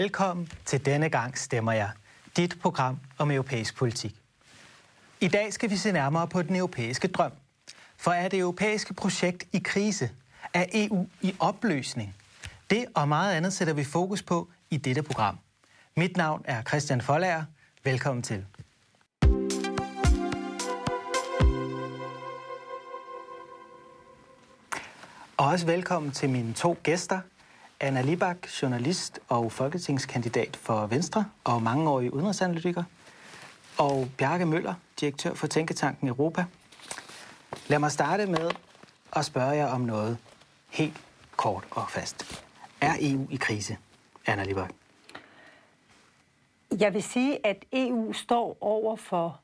Velkommen til Denne gang stemmer jeg, dit program om europæisk politik. I dag skal vi se nærmere på den europæiske drøm. For er det europæiske projekt i krise? Er EU i opløsning? Det og meget andet sætter vi fokus på i dette program. Mit navn er Christian Folager. Velkommen til. Og også velkommen til mine to gæster. Anna Libak, journalist og folketingskandidat for Venstre og mangeårig udenrigsanalytiker. Og Bjarke Møller, direktør for Tænketanken Europa. Lad mig starte med at spørge jer om noget helt kort og fast. Er EU i krise, Anna Libak? Jeg vil sige, at EU står over for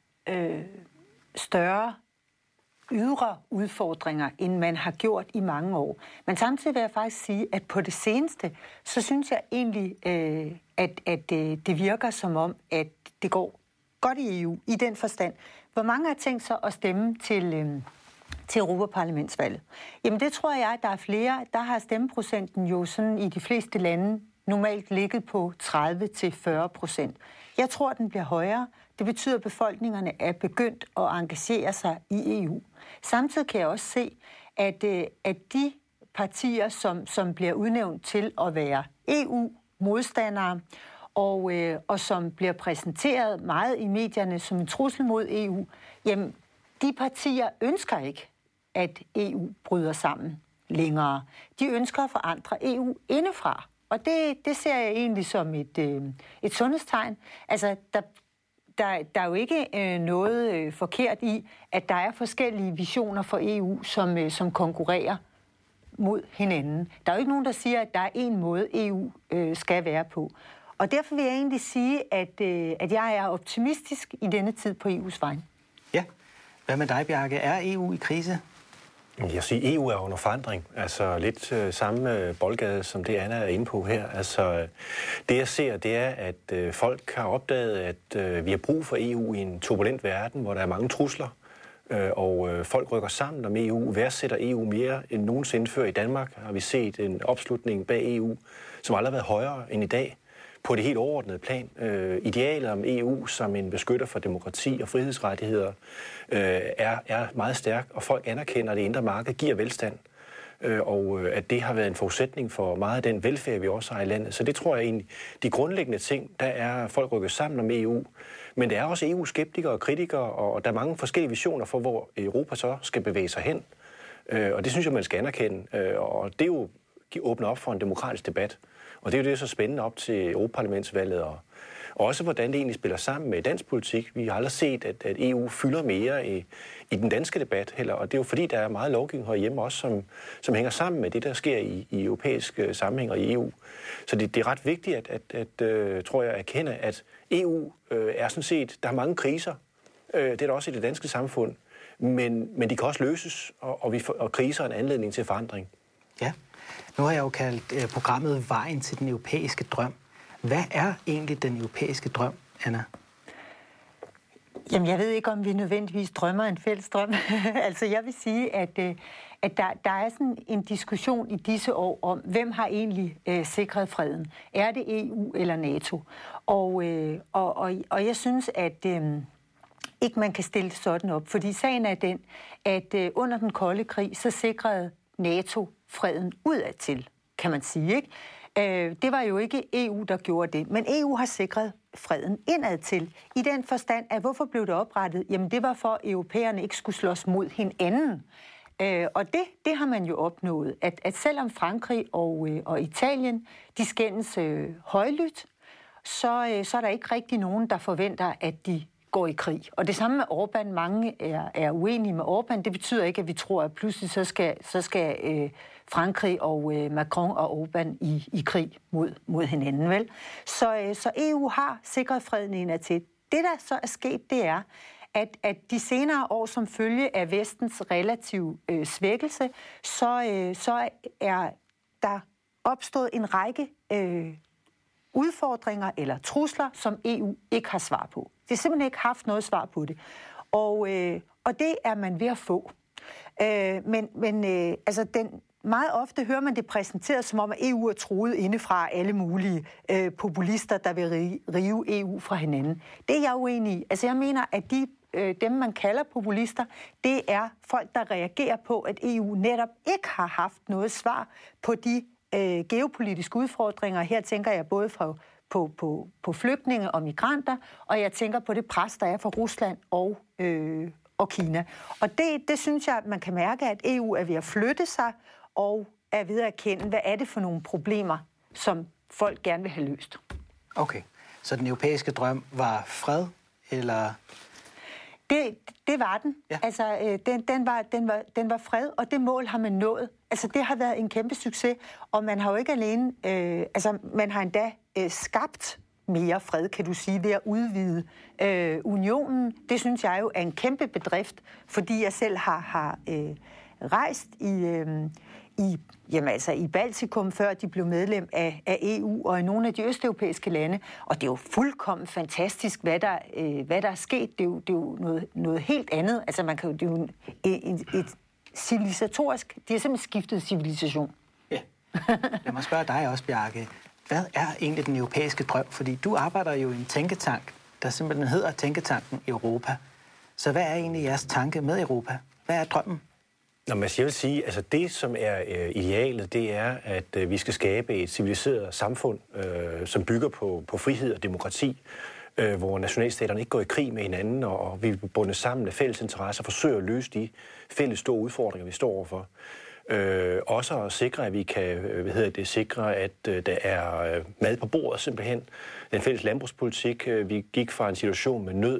større ydre udfordringer, end man har gjort i mange år. Men samtidig vil jeg faktisk sige, at på det seneste, så synes jeg egentlig, at det virker som om, at det går godt i EU i den forstand. Hvor mange har tænkt sig at stemme til Europaparlamentsvalget? Jamen det tror jeg, at der er flere. Der har stemmeprocenten jo sådan i de fleste lande normalt ligget på 30-40%. Jeg tror, den bliver højere. Det betyder, at befolkningerne er begyndt at engagere sig i EU. Samtidig kan jeg også se, at de partier, som bliver udnævnt til at være EU-modstandere, og som bliver præsenteret meget i medierne som en trussel mod EU, jamen, de partier ønsker ikke, at EU bryder sammen længere. De ønsker at forandre EU indefra. Og det ser jeg egentlig som et sundhedstegn. Altså, der er jo ikke noget forkert i, at der er forskellige visioner for EU, som konkurrerer mod hinanden. Der er jo ikke nogen, der siger, at der er én måde, EU skal være på. Og derfor vil jeg egentlig sige, at jeg er optimistisk i denne tid på EU's vegne. Ja. Hvad med dig, Bjarke? Er EU i krise? Jeg siger, EU er under forandring. Altså lidt samme boldgade, som det Anna er inde på her. Altså det jeg ser, det er, at folk har opdaget, at vi har brug for EU i en turbulent verden, hvor der er mange trusler. Og folk rykker sammen om EU, værdsætter EU mere end nogensinde før. I Danmark har vi set en opslutning bag EU, som aldrig har været højere end i dag. På det helt overordnede plan. Idealet om EU som en beskytter for demokrati og frihedsrettigheder er meget stærk, og folk anerkender, at det indre marked giver velstand, og at det har været en forudsætning for meget af den velfærd, vi også har i landet. Så det tror jeg egentlig, de grundlæggende ting, der er folk rykket sammen om EU, men der er også EU-skeptikere og kritikere, og der er mange forskellige visioner for, hvor Europa så skal bevæge sig hen. Og det synes jeg, man skal anerkende, og det er jo åbner op for en demokratisk debat. Og det er jo det, så spændende op til Europaparlamentsvalget, og også hvordan det egentlig spiller sammen med dansk politik. Vi har aldrig set, at EU fylder mere i den danske debat heller, og det er jo fordi, der er meget lovgivning herhjemme også, som hænger sammen med det, der sker i europæisk sammenhæng og i EU. Så det er ret vigtigt tror jeg, at erkende, at EU er sådan set, der er mange kriser, det er der også i det danske samfund, men de kan også løses, og kriser er en anledning til forandring. Ja. Nu har jeg jo kaldt programmet Vejen til den europæiske drøm. Hvad er egentlig den europæiske drøm, Anna? Jamen, jeg ved ikke, om vi nødvendigvis drømmer en fælles drøm. Altså, jeg vil sige, at der er sådan en diskussion i disse år om, hvem har egentlig sikret freden? Er det EU eller NATO? Og jeg synes, at ikke man kan stille sådan op, fordi sagen er den, at under den kolde krig, så sikrede NATO freden udadtil, kan man sige, ikke? Det var jo ikke EU, der gjorde det, men EU har sikret freden indadtil. I den forstand, at hvorfor blev det oprettet? Jamen det var for, at europæerne ikke skulle slås mod hinanden. Og det har man jo opnået, at selvom Frankrig og Italien, de skændes højlydt, så er der ikke rigtig nogen, der forventer, at de går i krig. Og det samme med Orbán. Mange er uenige med Orbán. Det betyder ikke, at vi tror, at pludselig så skal Frankrig og Macron og Orbán i krig mod hinanden, vel? Så EU har sikret freden indadtil. Det, der så er sket, det er, at de senere år som følge af vestens relative svækkelse, så er der opstået en række udfordringer eller trusler, som EU ikke har svar på. Det har simpelthen ikke haft noget svar på det. Og det er man ved at få. Men altså meget ofte hører man det præsenteret som om, at EU er truet indefra alle mulige populister, der vil rive EU fra hinanden. Det er jeg uenig i. Altså jeg mener, at dem, man kalder populister, det er folk, der reagerer på, at EU netop ikke har haft noget svar på de geopolitiske udfordringer. Her tænker jeg både på flygtninge og migranter, og jeg tænker på det pres, der er fra Rusland og Kina. Og det synes jeg, man kan mærke, at EU er ved at flytte sig og er ved at erkende, hvad er det for nogle problemer, som folk gerne vil have løst. Okay, så den europæiske drøm var fred, eller... Det var den. Ja. Altså, den var fred, og det mål har man nået. Altså, det har været en kæmpe succes, og man har jo ikke alene... man har endda skabt mere fred, kan du sige, ved at udvide unionen. Det synes jeg jo er en kæmpe bedrift, fordi jeg selv har rejst i Baltikum, før de blev medlem af EU, og i nogle af de østeuropæiske lande. Og det er jo fuldkommen fantastisk, hvad der er sket. Det er jo noget helt andet. Altså, det er jo et civilisatorisk... Det er simpelthen skiftet civilisation. Ja. Lad mig spørge dig også, Bjarke. Hvad er egentlig den europæiske drøm? Fordi du arbejder jo i en tænketank, der simpelthen hedder Tænketanken Europa. Så hvad er egentlig jeres tanke med Europa? Hvad er drømmen? Nå, men jeg vil sige, altså det, som er idealet, det er, at vi skal skabe et civiliseret samfund, som bygger på frihed og demokrati, hvor nationalstaterne ikke går i krig med hinanden, og vi er bundet sammen af fælles interesser og forsøger at løse de fælles store udfordringer, vi står overfor. Også at sikre, at vi kan sikre, at der er mad på bordet simpelthen. Den fælles landbrugspolitik, vi gik fra en situation med nød,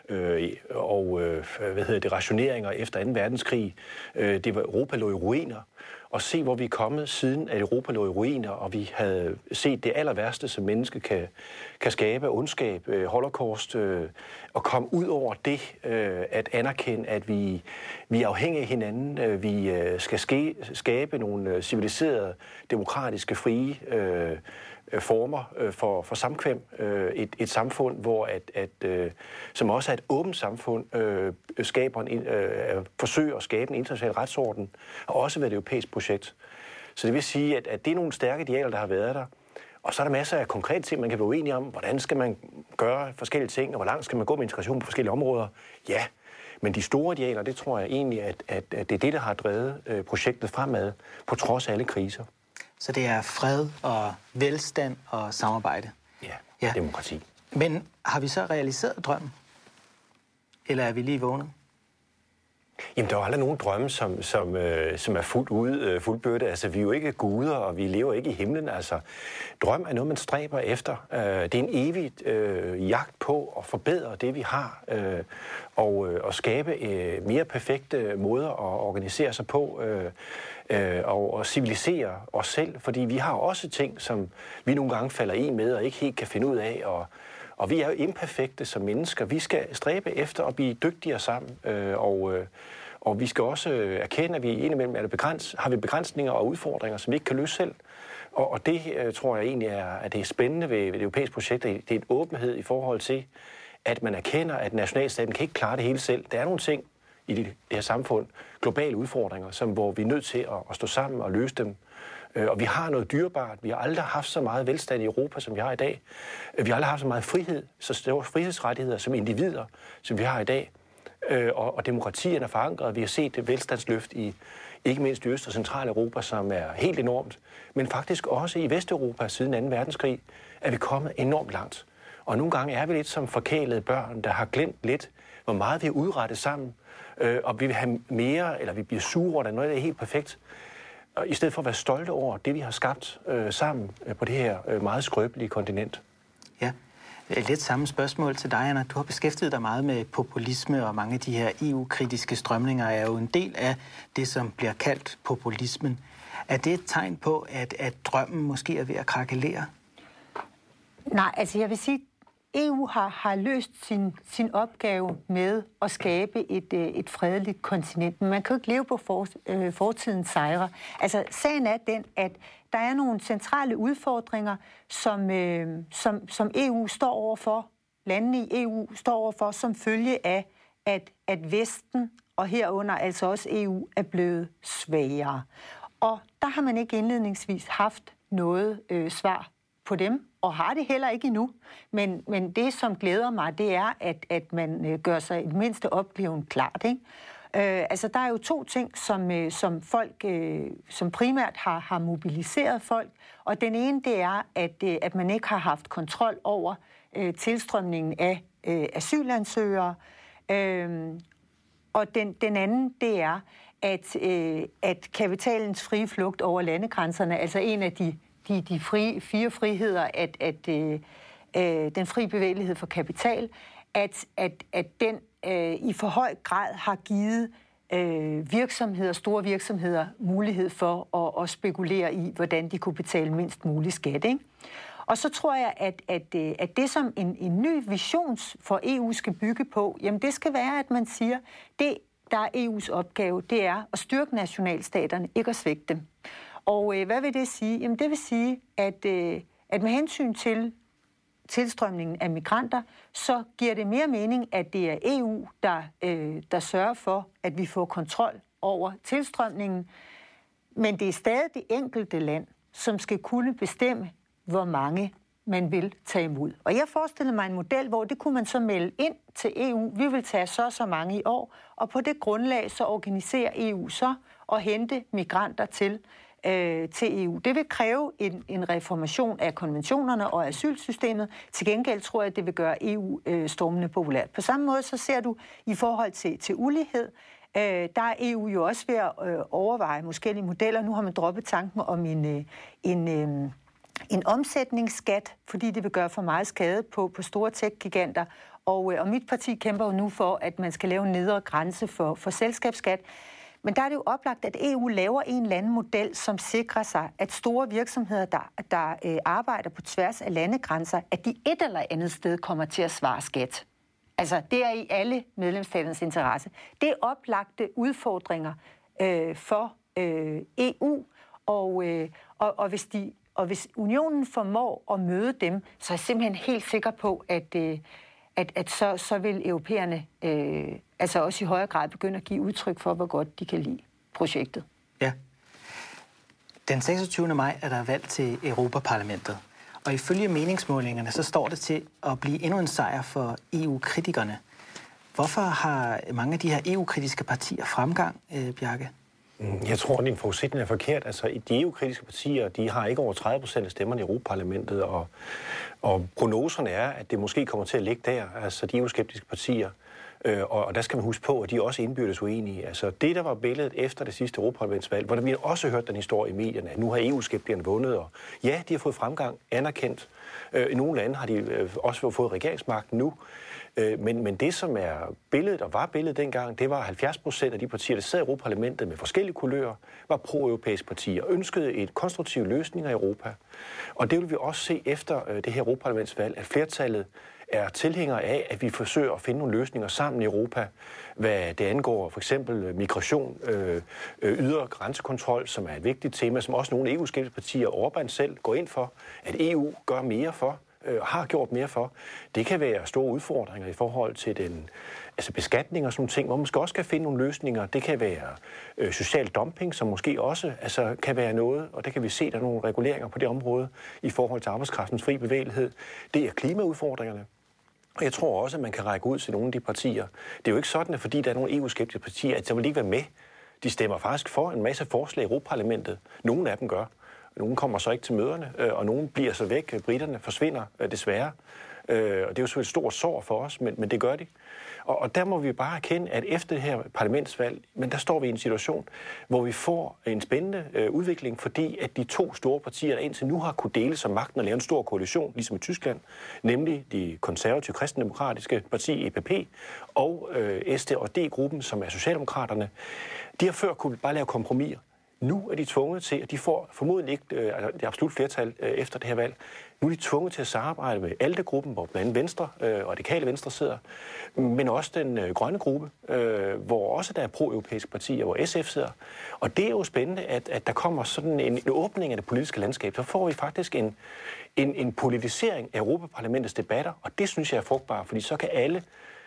og rationeringer efter 2. verdenskrig. Europa lå i ruiner. Og se, hvor vi er kommet siden, at Europa lå i ruiner, og vi havde set det aller værste, som menneske kan skabe, ondskab, holocaust, og komme ud over det, at anerkende, at vi er afhængige af hinanden, vi skal skabe nogle civiliserede, demokratiske, frie former for samkvem. Et samfund, hvor som også er et åbent samfund, forsøger at skabe en international retsorden, og også været et europæisk projekt. Så det vil sige, at det er nogle stærke idealer, der har været der. Og så er der masser af konkrete ting, man kan være uenige om. Hvordan skal man gøre forskellige ting, og hvor langt skal man gå med integration på forskellige områder? Ja, men de store idealer, det tror jeg egentlig, at det er det, der har drevet projektet fremad, på trods af alle kriser. Så det er fred og velstand og samarbejde. Ja, demokrati. Men har vi så realiseret drømmen? Eller er vi lige vågnet? Jamen, der er jo aldrig nogen drømme, som er fuldbyrdet. Altså, vi er jo ikke guder, og vi lever ikke i himlen. Altså, drøm er noget, man stræber efter. Det er en evig jagt på at forbedre det, vi har, og skabe mere perfekte måder at organisere sig på, og civilisere os selv. Fordi vi har også ting, som vi nogle gange falder i med, og ikke helt kan finde ud af, og vi er jo imperfekte som mennesker. Vi skal stræbe efter at blive dygtigere sammen, og vi skal også erkende, at vi indimellem har vi begrænsninger og udfordringer, som vi ikke kan løse selv. Og det tror jeg egentlig at det er spændende ved det europæiske projekt. Det er en åbenhed i forhold til, at man erkender, at nationalstaten kan ikke klare det hele selv. Der er nogle ting i det her samfund, globale udfordringer, hvor vi er nødt til at stå sammen og løse dem. Og vi har noget dyrebart. Vi har aldrig haft så meget velstand i Europa, som vi har i dag. Vi har aldrig haft så meget frihed, så store frihedsrettigheder som individer, som vi har i dag. Og demokratien er forankret. Vi har set det velstandsløft i ikke mindst i Øst- og Centraleuropa, som er helt enormt. Men faktisk også i Vesteuropa siden 2. verdenskrig er vi kommet enormt langt. Og nogle gange er vi lidt som forkælede børn, der har glemt lidt, hvor meget vi har udrettet sammen. Og vi vil have mere, eller vi bliver sure over, at noget er helt perfekt. Og i stedet for at være stolte over det, vi har skabt sammen på det her meget skrøbelige kontinent. Ja, lidt samme spørgsmål til dig, Anna. Du har beskæftiget dig meget med populisme, og mange af de her EU-kritiske strømninger er jo en del af det, som bliver kaldt populismen. Er det et tegn på, at drømmen måske er ved at krakelere? Nej, altså jeg vil sige, EU har løst sin opgave med at skabe et fredeligt kontinent. Men man kan jo ikke leve på fortidens sejre. Altså, sagen er den, at der er nogle centrale udfordringer, som EU står overfor, landene i EU står overfor, som følge af, at Vesten, og herunder altså også EU, er blevet svagere. Og der har man ikke indledningsvis haft noget svar på dem, og har det heller ikke endnu. Men det, som glæder mig, det er, at man gør sig i det mindste opgaven klart, ikke? Altså, der er jo to ting, som folk, som primært har mobiliseret folk, og den ene, det er, at man ikke har haft kontrol over tilstrømningen af asylansøgere, og den anden, det er, at kapitalens frie flugt over landegrænserne, altså en af de fire friheder, at den frie bevægelighed for kapital, at den i for høj grad har givet store virksomheder mulighed for at spekulere i, hvordan de kunne betale mindst mulig skat, ikke? Og så tror jeg, at det, som en ny vision for EU skal bygge på, jamen det skal være, at man siger, det, der er EU's opgave, det er at styrke nationalstaterne, ikke at svække dem. Og hvad vil det sige? Jamen det vil sige, at med hensyn til tilstrømningen af migranter, så giver det mere mening, at det er EU, der sørger for, at vi får kontrol over tilstrømningen. Men det er stadig det enkelte land, som skal kunne bestemme, hvor mange man vil tage imod. Og jeg forestiller mig en model, hvor det kunne man så melde ind til EU. Vi vil tage så mange i år, og på det grundlag så organiserer EU så at hente migranter til EU. Det vil kræve en reformation af konventionerne og asylsystemet. Til gengæld tror jeg, at det vil gøre EU stormende populært. På samme måde så ser du i forhold til ulighed, der er EU jo også ved at overveje forskellige modeller. Nu har man droppet tanken om en omsætningsskat, fordi det vil gøre for meget skade på store tech-giganter. Og mit parti kæmper jo nu for, at man skal lave en nedre grænse for selskabsskat. Men der er det jo oplagt, at EU laver en eller anden model, som sikrer sig, at store virksomheder, der arbejder på tværs af landegrænser, at de et eller andet sted kommer til at svare skat. Altså, det er i alle medlemsstaternes interesse. Det er oplagte udfordringer for EU, og hvis unionen formår at møde dem, så er jeg simpelthen helt sikker på, at så vil europæerne altså også i højere grad begynde at give udtryk for, hvor godt de kan lide projektet. Ja. Den 26. maj er der valg til Europaparlamentet. Og ifølge meningsmålingerne, så står det til at blive endnu en sejr for EU-kritikerne. Hvorfor har mange af de her EU-kritiske partier fremgang, Bjarke? Jeg tror, at din forudsætning er forkert. Altså, de EU-kritiske partier, de har ikke over 30% af stemmerne i Europaparlamentet, og prognoserne er, at det måske kommer til at ligge der, altså de EU-skeptiske partier. Og der skal man huske på, at de er også indbyrdes uenige. Altså det, der var billedet efter det sidste Europaparlamentsvalg, hvor vi har også hørt den historie i medierne, at nu har EU-skeptikerne vundet, og ja, de har fået fremgang, anerkendt. I nogle lande har de også fået regeringsmagten nu. Men det, som er billedet, og var billedet dengang, det var 70% af de partier, der sad i Europaparlamentet med forskellige kulører, var pro-europæiske partier og ønskede et konstruktiv løsning af Europa. Og det vil vi også se efter det her Europaparlamentsvalg, at flertallet er tilhængere af, at vi forsøger at finde nogle løsninger sammen i Europa, hvad det angår for eksempel migration, ydre grænsekontrol, som er et vigtigt tema, som også nogle EU-skeptiske partier, Orbán selv, går ind for, at EU gør mere for, har gjort mere for. Det kan være store udfordringer i forhold til beskatning og sådan nogle ting, hvor man måske også skal finde nogle løsninger. Det kan være social dumping, som måske også kan være noget, og der kan vi se, at der er nogle reguleringer på det område i forhold til arbejdskraftens fri bevægelighed. Det er klimaudfordringerne. Og jeg tror også, at man kan række ud til nogle af de partier. Det er jo ikke sådan, at fordi der er nogle EU-skeptiske partier, at så vil ikke være med. De stemmer faktisk for en masse forslag i Europaparlamentet. Nogle af dem gør. Nogle kommer så ikke til møderne, og nogle bliver så væk. Briterne forsvinder desværre. Og det er jo selvfølgelig et stort sorg for os, men det gør de. Og der må vi bare erkende, at efter det her parlamentsvalg, men der står vi i en situation, hvor vi får en spændende udvikling, fordi at de to store partier, der indtil nu har kunne dele sig magten og lave en stor koalition, ligesom i Tyskland, nemlig de konservative kristendemokratiske parti, EPP, og SD og D-gruppen, som er Socialdemokraterne, de har før kunne bare lave kompromiser. Nu er de tvunget til, at de får formodentlig ikke det absolut flertal efter det her valg. Nu er de tvunget til at samarbejde med ALDE-gruppen, hvor blandt andet Venstre og Radikale Venstre sidder, men også den grønne gruppe, hvor også der er pro-europæiske partier, hvor SF sidder. Og det er jo spændende, at der kommer sådan en åbning af det politiske landskab. Så får vi faktisk en politisering af Europaparlamentets debatter, og det synes jeg er frugtbart, fordi så kan alle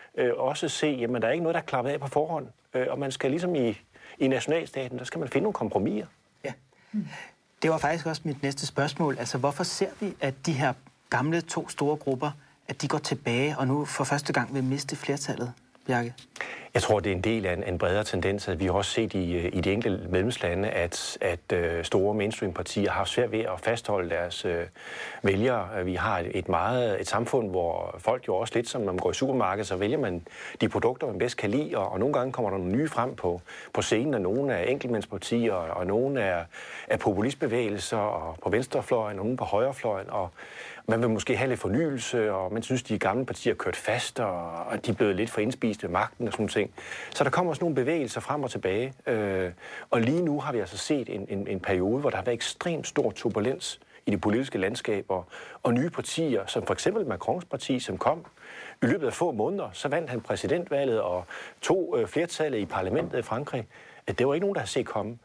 også se, jamen der er ikke noget, der er klappet af på forhånd, og man skal ligesom i nationalstaten, der skal man finde nogle kompromiser. Ja. Det var faktisk også mit næste spørgsmål. Altså, hvorfor ser vi, at de her gamle 2 store grupper, at de går tilbage og nu for første gang vil miste flertallet, Bjarke? Jeg tror, det er en del af en bredere tendens, at vi har også set i de enkelte medlemslande, at store mainstream-partier har svært ved at fastholde deres vælgere. Vi har et samfund, hvor folk jo også lidt, som når man går i supermarkedet, så vælger man de produkter, man bedst kan lide, og nogle gange kommer der nogle nye frem på scenen, og nogle er enkeltmandspartier, og nogle er populistbevægelser, og på venstrefløjen, og nogle på højrefløjen, og man vil måske have lidt fornyelse, og man synes, de gamle partier har kørt fast, og de er blevet lidt for indspist ved magten og sådan ting. Så der kommer også nogle bevægelser frem og tilbage. Og lige nu har vi altså set en periode, hvor der har været ekstremt stor turbulens i det politiske landskab, og nye partier, som for eksempel Macrons parti, som kom i løbet af få måneder, så vandt han præsidentvalget og tog flertallet i parlamentet i Frankrig. Det var ikke nogen, der havde set komme.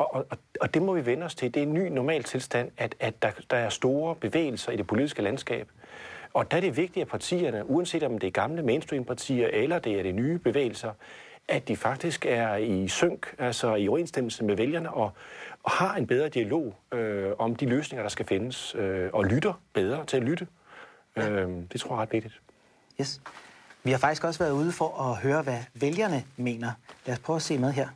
Og det må vi vende os til. Det er en ny normal tilstand, at der er store bevægelser i det politiske landskab. Og der er det vigtigt, at partierne, uanset om det er gamle mainstream-partier, eller det er de nye bevægelser, at de faktisk er i synk, altså i overensstemmelse med vælgerne, og har en bedre dialog om de løsninger, der skal findes, og lytter bedre til at lytte. Det tror jeg er ret vigtigt. Yes. Vi har faktisk også været ude for at høre, hvad vælgerne mener. Lad os prøve at se med her.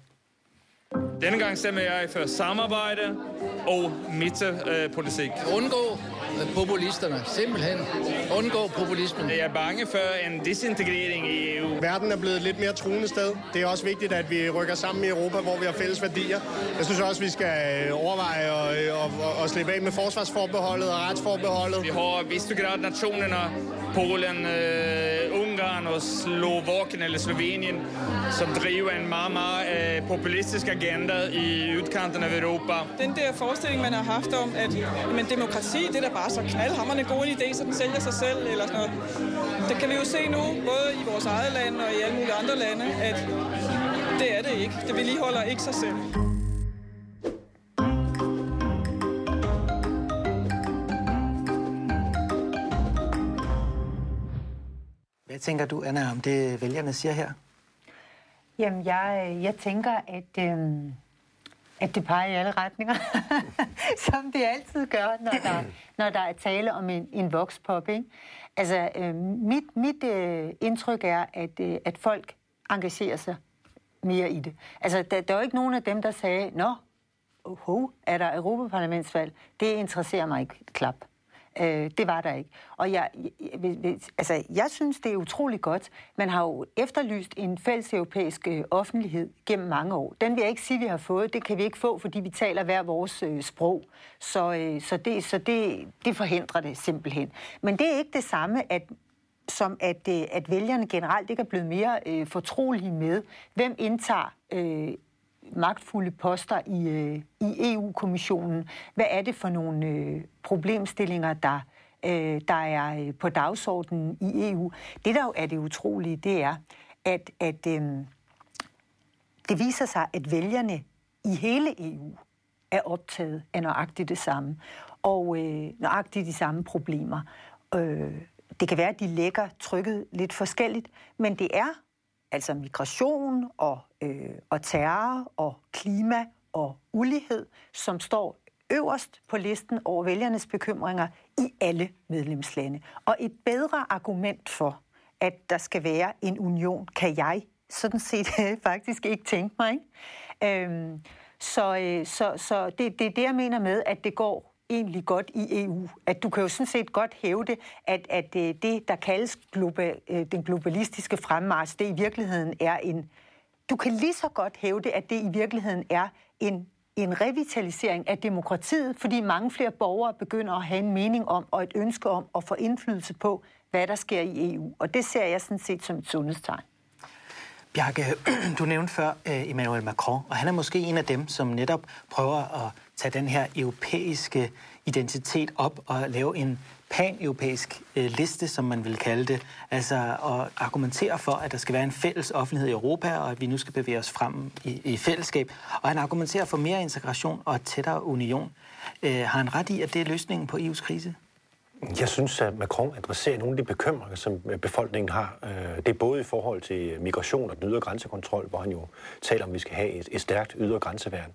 Denne gang stemmer jeg for samarbejde og midterpolitik. Undgå populisterne, simpelthen. Undgå populismen. Jeg er bange for en disintegrering i EU. Verden er blevet et lidt mere truende sted. Det er også vigtigt, at vi rykker sammen i Europa, hvor vi har fælles værdier. Jeg synes også, vi skal overveje at slippe af med forsvarsforbeholdet og retsforbeholdet. Vi har Visegrad-nationerna, Polen, Ungarn og Slovakien eller Slovenien, som driver en meget populistisk agenda i udkanten af Europa. Den der forestilling, man har haft om, at demokrati, det er da bare så knaldhamrende god en idé, så den sælger sig selv eller sådan noget. Det kan vi jo se nu, både i vores eget land og i alle mulige andre lande, at det er det ikke. Det vedligeholder ikke sig selv. Hvad tænker du, Anna, om det vælgerne siger her? Jamen, jeg tænker, at det peger i alle retninger, som det altid gør, når der er tale om en vokspop, ikke? Altså, mit indtryk er, at folk engagerer sig mere i det. Altså, der er jo ikke nogen af dem, der sagde, er der Europaparlamentsvalg? Det interesserer mig ikke klap. Det var der ikke. Og jeg synes, det er utrolig godt. Man har jo efterlyst en fælles europæisk offentlighed gennem mange år. Den vil jeg ikke sige, vi har fået. Det kan vi ikke få, fordi vi taler hver vores sprog. Så det forhindrer det simpelthen. Men det er ikke det samme, som at vælgerne generelt ikke er blevet mere fortrolige med, hvem indtager magtfulde poster i EU-kommissionen. Hvad er det for nogle problemstillinger, der er på dagsordenen i EU? Det, der jo er det utrolige, det er, at det viser sig, at vælgerne i hele EU er optaget af nøjagtigt det samme, og nøjagtigt de samme problemer. Det kan være, at de lægger trykket lidt forskelligt, men det er altså migration og terror og klima og ulighed, som står øverst på listen over vælgernes bekymringer i alle medlemslande. Og et bedre argument for, at der skal være en union, kan jeg sådan set faktisk ikke tænke mig. Ikke? Så det er det, jeg mener med, at det går egentlig godt i EU. At du kan jo sådan set godt hævde, at det, der kaldes den globalistiske fremmarch, det i virkeligheden er du kan lige så godt hævde, at det i virkeligheden er en revitalisering af demokratiet, fordi mange flere borgere begynder at have en mening om og et ønske om at få indflydelse på, hvad der sker i EU. Og det ser jeg sådan set som et sundhedstegn. Bjarke, du nævnte før Emmanuel Macron, og han er måske en af dem, som netop prøver at tage den her europæiske identitet op og lave en pan-europæisk liste, som man vil kalde det, altså at argumentere for, at der skal være en fælles offentlighed i Europa, og at vi nu skal bevæge os frem i fællesskab. Og han argumenterer for mere integration og tættere union. Har han ret i, at det er løsningen på EU's krise? Jeg synes, at Macron adresserer nogle af de bekymringer, som befolkningen har. Det er både i forhold til migration og den ydre grænsekontrol, hvor han jo taler om, at vi skal have et stærkt ydre grænseværn.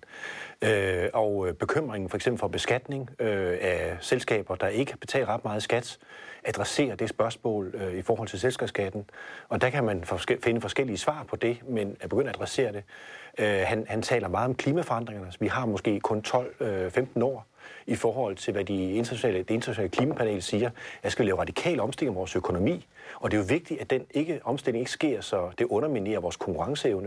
Og bekymringen for eksempel for beskatning af selskaber, der ikke betaler ret meget skat, adresserer det spørgsmål i forhold til selskabsskatten. Og der kan man finde forskellige svar på det, men at begynde at adressere det. Han taler meget om klimaforandringerne. Vi har måske kun 12-15 år i forhold til, hvad det internationale klimapanel siger, at skal lave radikal omstilling af vores økonomi. Og det er jo vigtigt, at den omstilling ikke sker, så det underminerer vores konkurrenceevne.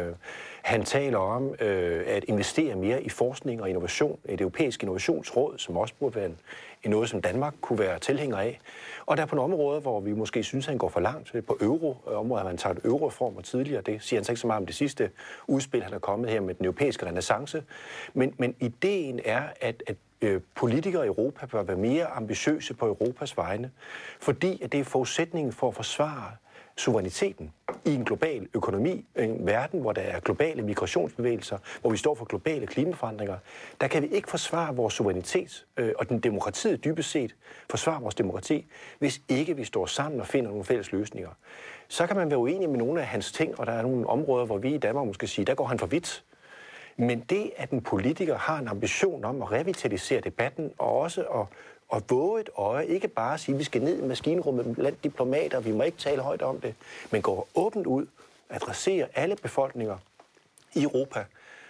Han taler om at investere mere i forskning og innovation. Et europæisk innovationsråd, som også burde være noget, som Danmark kunne være tilhænger af. Og der er på nogle områder, hvor vi måske synes, at han går for langt. På euroområdet har man taget euroreformer tidligere. Det siger han så ikke så meget om det sidste udspil, han er kommet her med den europæiske renæssance. Men ideen er, at politikere i Europa bør være mere ambitiøse på Europas vegne, fordi at det er forudsætningen for at forsvare suveræniteten i en global økonomi, en verden, hvor der er globale migrationsbevægelser, hvor vi står for globale klimaforandringer. Der kan vi ikke forsvare vores suverænitet, og den demokratiet dybest set forsvare vores demokrati, hvis ikke vi står sammen og finder nogle fælles løsninger. Så kan man være uenig med nogle af hans ting, og der er nogle områder, hvor vi i Danmark måske sige, der går han for vidt. Men det, at en politiker har en ambition om at revitalisere debatten, og også at våge et øje, ikke bare at sige, at vi skal ned i maskinrummet blandt diplomater, vi må ikke tale højt om det, men gå åbent ud, adressere alle befolkninger i Europa,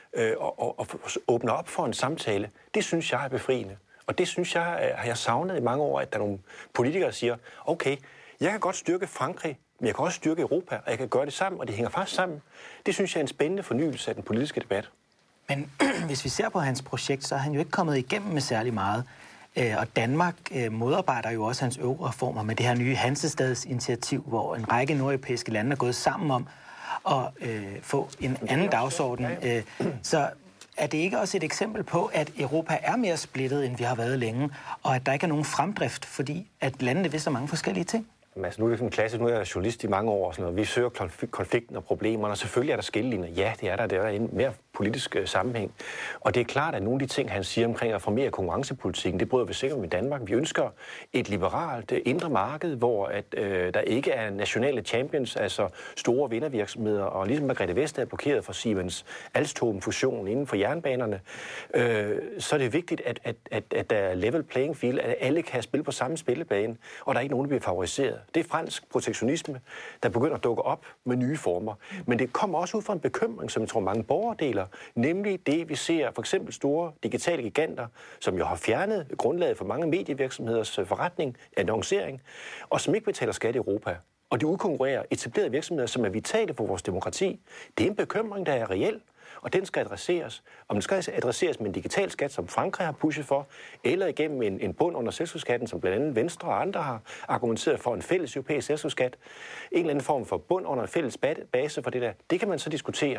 og åbne op for en samtale, det synes jeg er befriende. Og det synes jeg, har jeg savnet i mange år, at der er nogle politikere, der siger, okay, jeg kan godt styrke Frankrig, men jeg kan også styrke Europa, og jeg kan gøre det sammen, og det hænger faktisk sammen. Det synes jeg er en spændende fornyelse af den politiske debat. Men hvis vi ser på hans projekt, så er han jo ikke kommet igennem med særlig meget. Og Danmark modarbejder jo også hans euroreformer med det her nye Hansestadsinitiativ, hvor en række nordeuropæiske lande er gået sammen om at få en anden dagsorden. Så er det ikke også et eksempel på, at Europa er mere splittet, end vi har været længe, og at der ikke er nogen fremdrift, fordi at landene vil så mange forskellige ting? Altså, nu er det sådan en klasse, nu er jeg journalist i mange år, og sådan noget. Vi søger konflikten og problemerne, og selvfølgelig er der skillelinjer. Ja, det er der. Det er en mere politisk sammenhæng. Og det er klart, at nogle af de ting, han siger omkring at reformere konkurrencepolitikken, det bryder vi sikkert med Danmark. Vi ønsker et liberalt indre marked, hvor der ikke er nationale champions, altså store vindervirksomheder, og ligesom Margrethe Vestager er blokeret for Siemens Alstom-fusion inden for jernbanerne, så er det vigtigt, at der er level playing field, at alle kan spille på samme spillebane, og der er ikke nogen, der bliver favoriseret. Det er fransk protektionisme, der begynder at dukke op med nye former. Men det kommer også ud fra en bekymring, som jeg tror mange borgere deler, nemlig det, vi ser for eksempel store digitale giganter, som jo har fjernet grundlaget for mange medievirksomheders forretning, annoncering, og som ikke betaler skat i Europa. Og de udkonkurrerer etablerede virksomheder, som er vitale for vores demokrati. Det er en bekymring, der er reel, og den skal adresseres. Om den skal adresseres med en digital skat, som Frankrig har pushet for, eller igennem en bund under selskabsskatten, som blandt andet Venstre og andre har argumenteret for en fælles europæisk selskabsskat. En eller anden form for bund under en fælles base for det der. Det kan man så diskutere.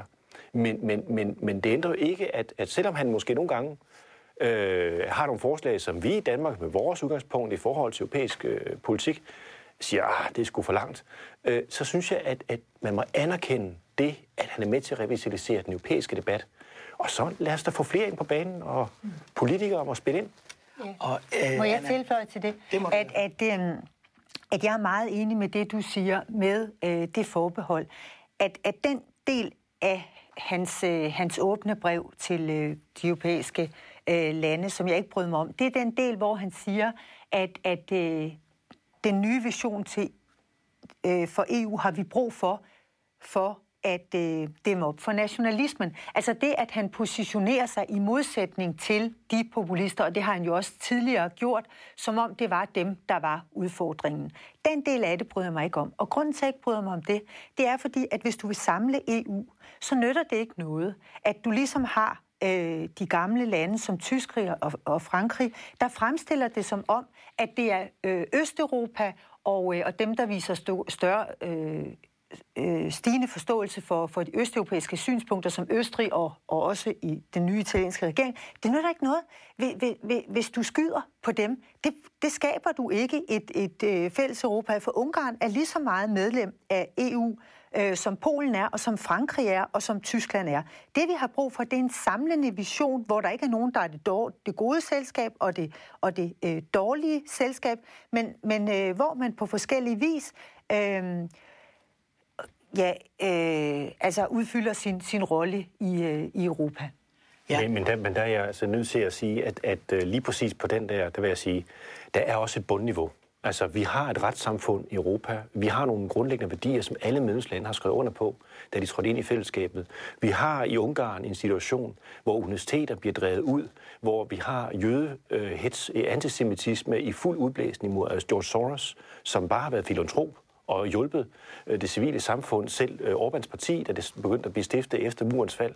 Men det ændrer jo ikke, at selvom han måske nogle gange har nogle forslag, som vi i Danmark med vores udgangspunkt i forhold til europæisk politik, siger, det er sgu for langt, så synes jeg, at man må anerkende det, at han er med til at revitalisere den europæiske debat. Og så lad os da få flere ind på banen, og politikere må spille ind. Ja. Og, må jeg tilføje til det? At jeg er meget enig med det, du siger med det forbehold, at den del af hans åbne brev til de europæiske lande, som jeg ikke bryder mig om, det er den del, hvor han siger, at den nye vision for EU har vi brug for at dæmme op for nationalismen. Altså det, at han positionerer sig i modsætning til de populister, og det har han jo også tidligere gjort, som om det var dem, der var udfordringen. Den del af det bryder jeg mig ikke om. Og grunden til, at jeg ikke bryder mig om det er fordi, at hvis du vil samle EU, så nytter det ikke noget, at du ligesom har de gamle lande som Tyskland og Frankrig, der fremstiller det som om, at det er Østeuropa og dem, der viser større stigende forståelse for de østeuropæiske synspunkter som Østrig og også i den nye italienske regering. Det nytter ikke noget, hvis du skyder på dem. Det skaber du ikke et fælles Europa, for Ungarn er lige så meget medlem af EU som Polen er, og som Frankrig er, og som Tyskland er. Det, vi har brug for, det er en samlende vision, hvor der ikke er nogen, der er det gode selskab og det dårlige selskab, men hvor man på forskellige vis udfylder sin rolle i Europa. Ja. Men der er jeg altså nødt til at sige, at lige præcis på den der vil jeg sige, der er også et bundniveau. Altså, vi har et retssamfund i Europa. Vi har nogle grundlæggende værdier, som alle medlemslande har skrevet under på, da de trådte ind i fællesskabet. Vi har i Ungarn en situation, hvor universiteter bliver drevet ud, hvor vi har jødehets, antisemitisme i fuld udblæsning mod George Soros, som bare har været filantrop og hjulpet det civile samfund, selv Orbáns parti, da det begyndte at blive stiftet efter murens fald.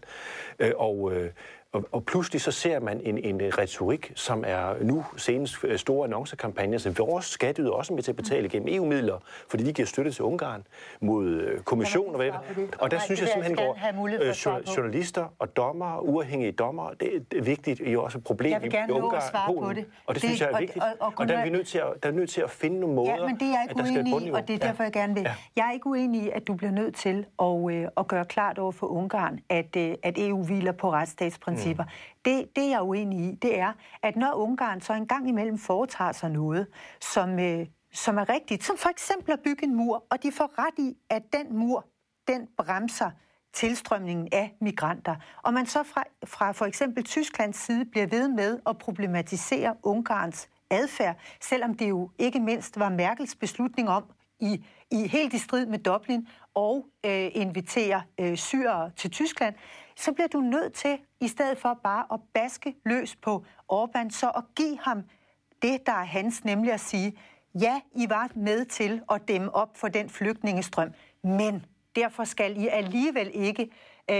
Og pludselig så ser man en retorik, som er nu senest store annoncekampagner, som vores skatteyder også med til at betale gennem EU-midler, fordi de giver støtte til Ungarn mod kommission og hvad. Og der synes jeg simpelthen går journalister og dommere, uafhængige dommere, det er vigtigt, det er også et problem i Ungarn og Polen. Og det synes jeg er vigtigt. Og der er vi nødt til at finde nogle måder, men det er jeg ikke uenig i, og det er derfor, jeg gerne vil. Jeg er ikke uenig i, at du bliver nødt til at gøre klart over for Ungarn, at EU hviler på retsstatsprincipper. Det jeg er uenig i, det er, at når Ungarn så en gang imellem foretager sig noget, som er rigtigt, som for eksempel at bygge en mur, og de får ret i, at den mur, den bremser tilstrømningen af migranter, og man så fra for eksempel Tysklands side bliver ved med at problematisere Ungarns adfærd, selvom det jo ikke mindst var Merkels beslutning om i helt i strid med Dublin og invitere syrere til Tyskland, så bliver du nødt til, i stedet for bare at baske løs på Orbán, så at give ham det, der er hans, nemlig at sige, ja, I var med til at dæmme op for den flygtningestrøm, men derfor skal I alligevel ikke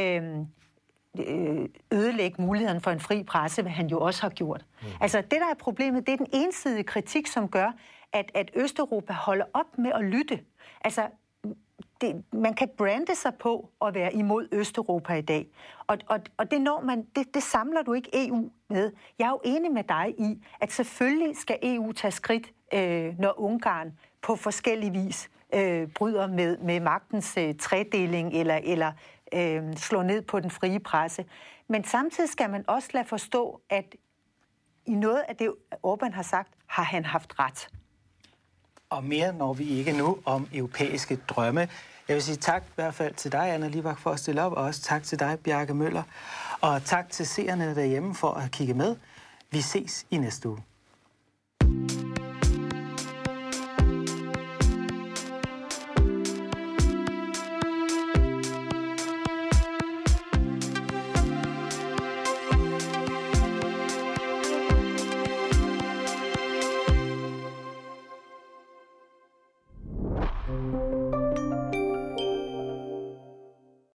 ødelægge muligheden for en fri presse, hvad han jo også har gjort. Altså, det, der er problemet, det er den ensidige kritik, som gør, at Østeuropa holder op med at lytte. Altså, man kan brande sig på at være imod Østeuropa i dag. Og det når man, det samler du ikke EU med. Jeg er jo enig med dig i, at selvfølgelig skal EU tage skridt, når Ungarn på forskellig vis bryder med magtens tredeling eller slår ned på den frie presse. Men samtidig skal man også lade forstå, at i noget af det, Orbán har sagt, har han haft ret. Og mere når vi ikke nu om europæiske drømme. Jeg vil sige tak i hvert fald til dig, Anna Libak, for at stille op, og også tak til dig, Bjarke Møller. Og tak til seerne derhjemme for at kigge med. Vi ses i næste uge.